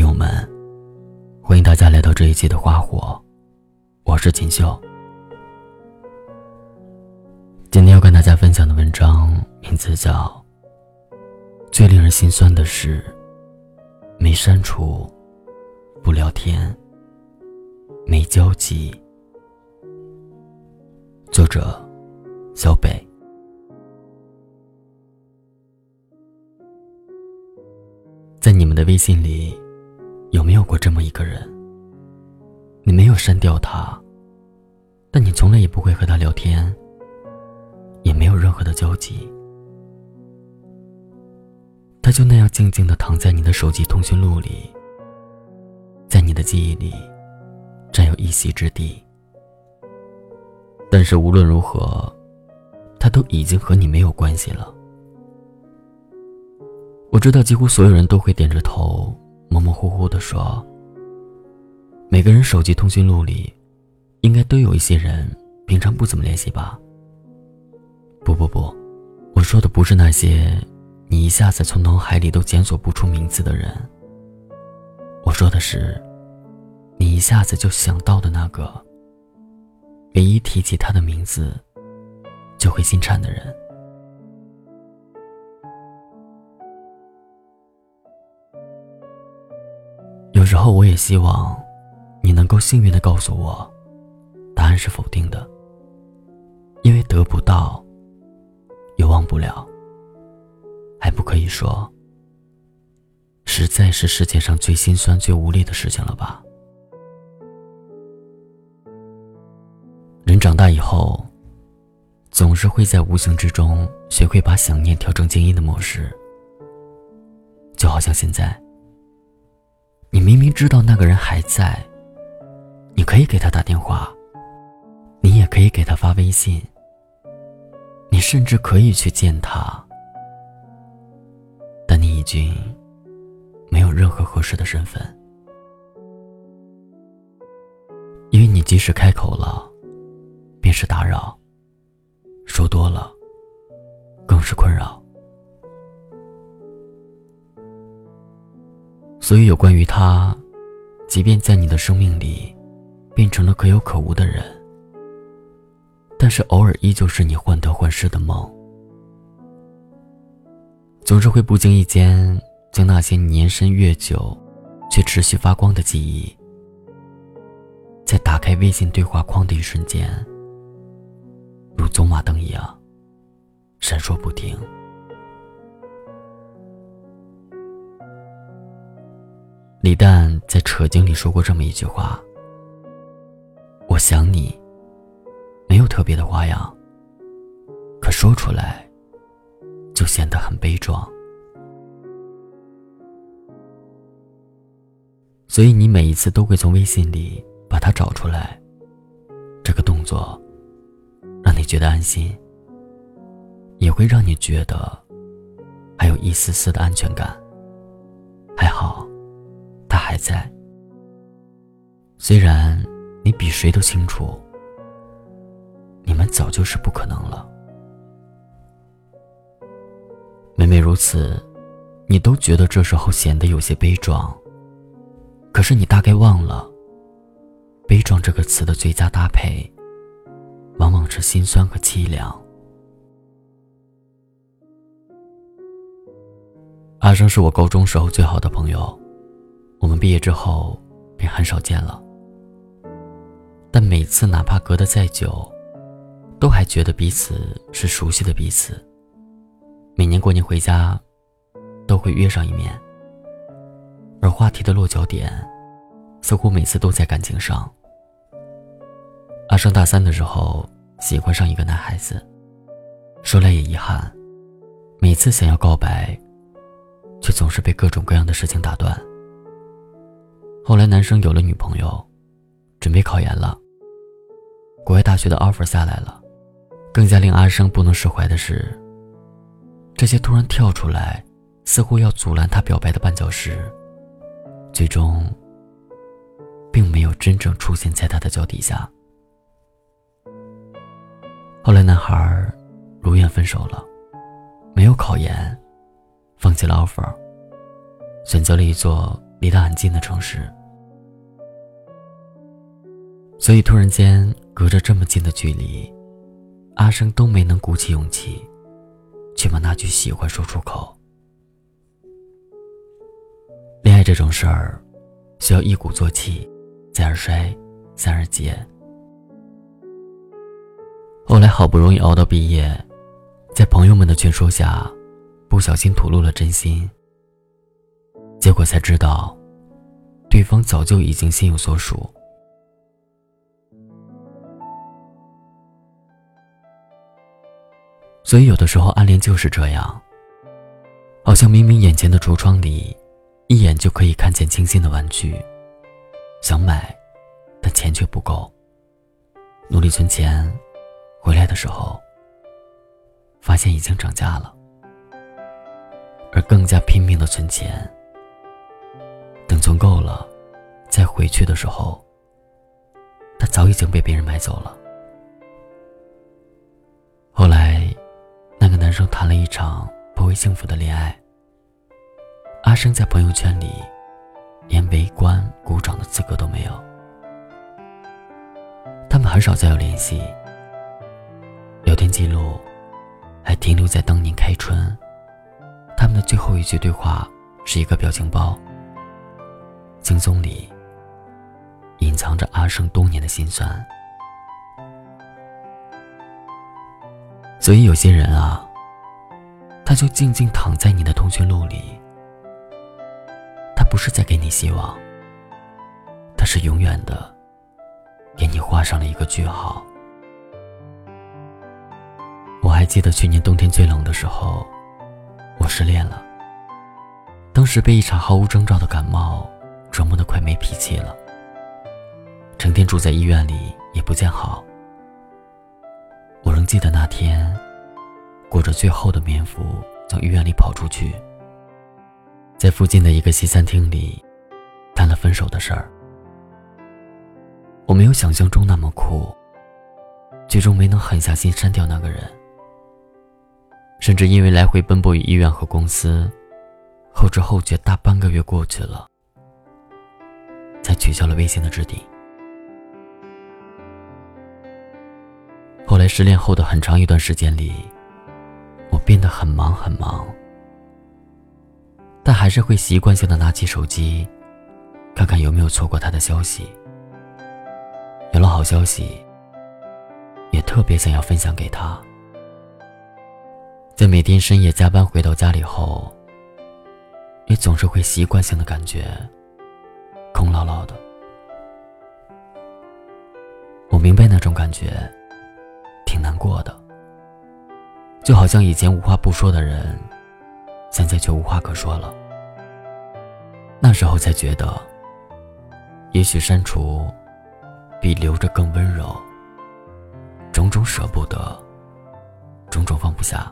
听友们，欢迎大家来到这一期的花火，我是锦绣。今天要跟大家分享的文章名字叫最令人心酸的是没删除，不聊天，没交集。作者小北。在你们的微信里，有没有过这么一个人？你没有删掉他，但你从来也不会和他聊天，也没有任何的交集。他就那样静静地躺在你的手机通讯录里，在你的记忆里占有一席之地。但是无论如何，他都已经和你没有关系了。我知道几乎所有人都会点着头模模糊糊地说，每个人手机通讯录里应该都有一些人平常不怎么联系吧。不，我说的不是那些你一下子从脑海里都检索不出名字的人，我说的是你一下子就想到的那个唯一提起他的名字就会心颤的人。有时候我也希望你能够幸运地告诉我答案是否定的，因为得不到又忘不了，还不可以说实在是世界上最心酸最无力的事情了吧。人长大以后总是会在无形之中学会把想念调成静音的模式，就好像现在你明明知道那个人还在，你可以给他打电话，你也可以给他发微信，你甚至可以去见他，但你已经没有任何合适的身份，因为你即使开口了便是打扰，说多了更是困扰。所以有关于他，即便在你的生命里变成了可有可无的人，但是偶尔依旧是你患得患失的梦。总是会不经意间将那些年深月久却持续发光的记忆，在打开微信对话框的一瞬间，如走马灯一样闪烁不停。李诞在《扯经》里说过这么一句话，我想你没有特别的花样，可说出来就显得很悲壮。所以你每一次都会从微信里把它找出来，这个动作让你觉得安心，也会让你觉得还有一丝丝的安全感。还好他还在，虽然你比谁都清楚你们早就是不可能了。每每如此，你都觉得这时候显得有些悲壮，可是你大概忘了，悲壮这个词的最佳搭配往往是心酸和凄凉。阿生是我高中时候最好的朋友，我们毕业之后便很少见了，但每次哪怕隔得再久，都还觉得彼此是熟悉的彼此。每年过年回家都会约上一面，而话题的落脚点似乎每次都在感情上。阿生大三的时候喜欢上一个男孩子，说来也遗憾，每次想要告白却总是被各种各样的事情打断。后来男生有了女朋友，准备考研了，国外大学的 offer 下来了。更加令阿生不能释怀的是，这些突然跳出来似乎要阻拦他表白的绊脚石，最终并没有真正出现在他的脚底下。后来男孩如愿分手了，没有考研，放弃了 offer，选择了一座离他很近的城市，所以突然间隔着这么近的距离，阿生都没能鼓起勇气去把那句喜欢说出口。恋爱这种事儿需要一鼓作气，再而衰，三而竭。后来好不容易熬到毕业，在朋友们的劝说下，不小心吐露了真心，结果才知道对方早就已经心有所属。所以有的时候暗恋就是这样，好像明明眼前的橱窗里一眼就可以看见清新的玩具，想买，但钱却不够，努力存钱，回来的时候发现已经涨价了，而更加拼命的存钱，等存够了再回去的时候，它早已经被别人买走了。后来那个男生谈了一场颇为幸福的恋爱，阿生在朋友圈里连围观鼓掌的资格都没有。他们很少再有联系，聊天记录还停留在当年开春，他们的最后一句对话是一个表情包，轻松里隐藏着阿生多年的心酸。所以有些人啊，他就静静躺在你的通讯录里，他不是在给你希望，他是永远的给你画上了一个句号。我还记得去年冬天最冷的时候，我失恋了，当时被一场毫无征兆的感冒折磨得快没脾气了，成天住在医院里也不见好。我仍记得那天裹着最厚的棉服从医院里跑出去，在附近的一个西餐厅里谈了分手的事儿。我没有想象中那么酷，最终没能狠下心删掉那个人，甚至因为来回奔波于医院和公司，后知后觉大半个月过去了，才取消了微信的置顶。后来失恋后的很长一段时间里，我变得很忙，但还是会习惯性的拿起手机，看看有没有错过他的消息。有了好消息，也特别想要分享给他。在每天深夜加班回到家里后，也总是会习惯性的感觉空落落的。我明白那种感觉挺难过的，就好像以前无话不说的人，现在却无话可说了。那时候才觉得，也许删除比留着更温柔，种种舍不得，种种放不下，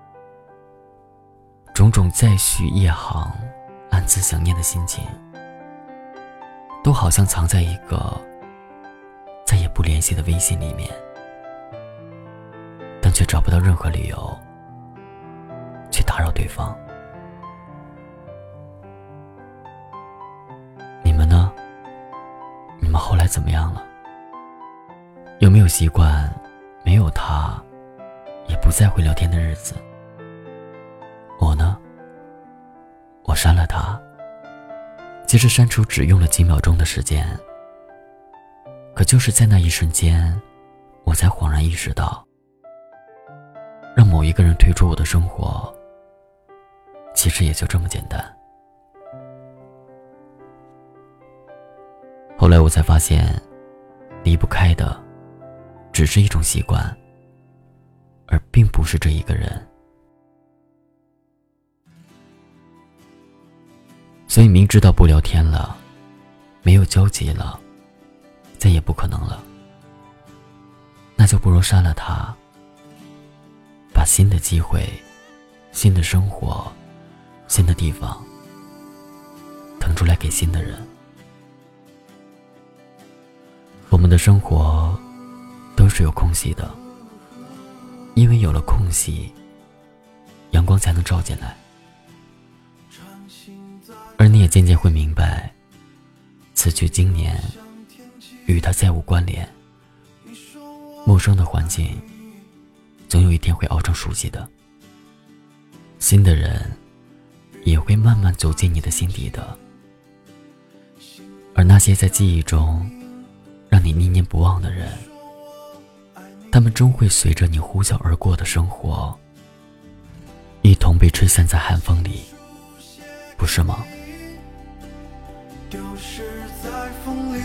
种种再续夜行暗自想念的心情，都好像藏在一个再也不联系的微信里面，但却找不到任何理由去打扰对方。你们呢？你们后来怎么样了？有没有习惯没有他也不再会聊天的日子？我呢，我删了他，其实删除只用了几秒钟的时间，可就是在那一瞬间，我才恍然意识到，让某一个人退出我的生活，其实也就这么简单。后来我才发现，离不开的只是一种习惯，而并不是这一个人。所以明知道不聊天了，没有交集了，再也不可能了，那就不如删了他，把新的机会、新的生活、新的地方腾出来给新的人。我们的生活都是有空隙的，因为有了空隙，阳光才能照进来。 而你也渐渐会明白，此去经年，与他再无关联。陌生的环境，总有一天会熬成熟悉的。新的人，也会慢慢走进你的心底的。而那些在记忆中让你念念不忘的人，他们终会随着你呼啸而过的生活，一同被吹散在寒风里，不是吗？ 丢失在风里，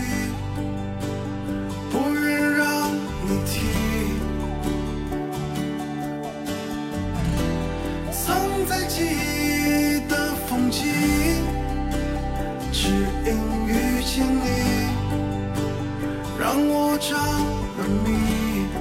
不愿让你提，藏在记忆的风景，只因遇见你，让我着了迷。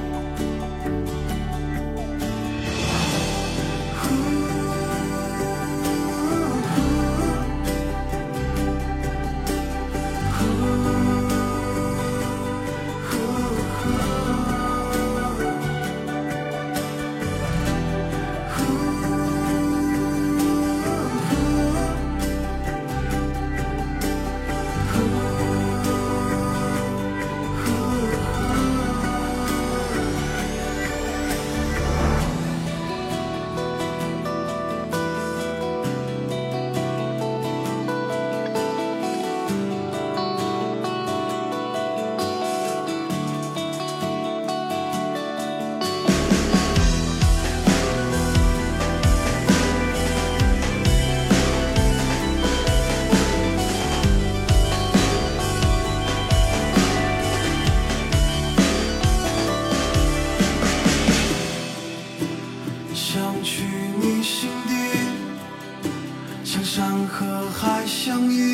想去你心底，像山和海相依，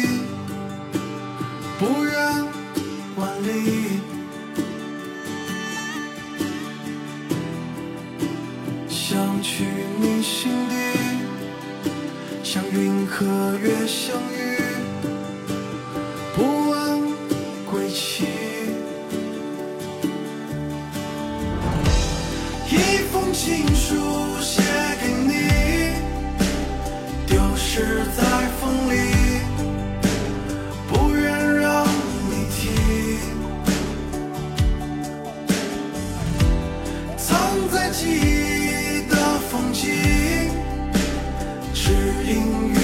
不远万里。想去你心底，像云和月相遇，不问归期。一封情书写给你，丢失在风里，不愿让你提，藏在记忆的风景，只因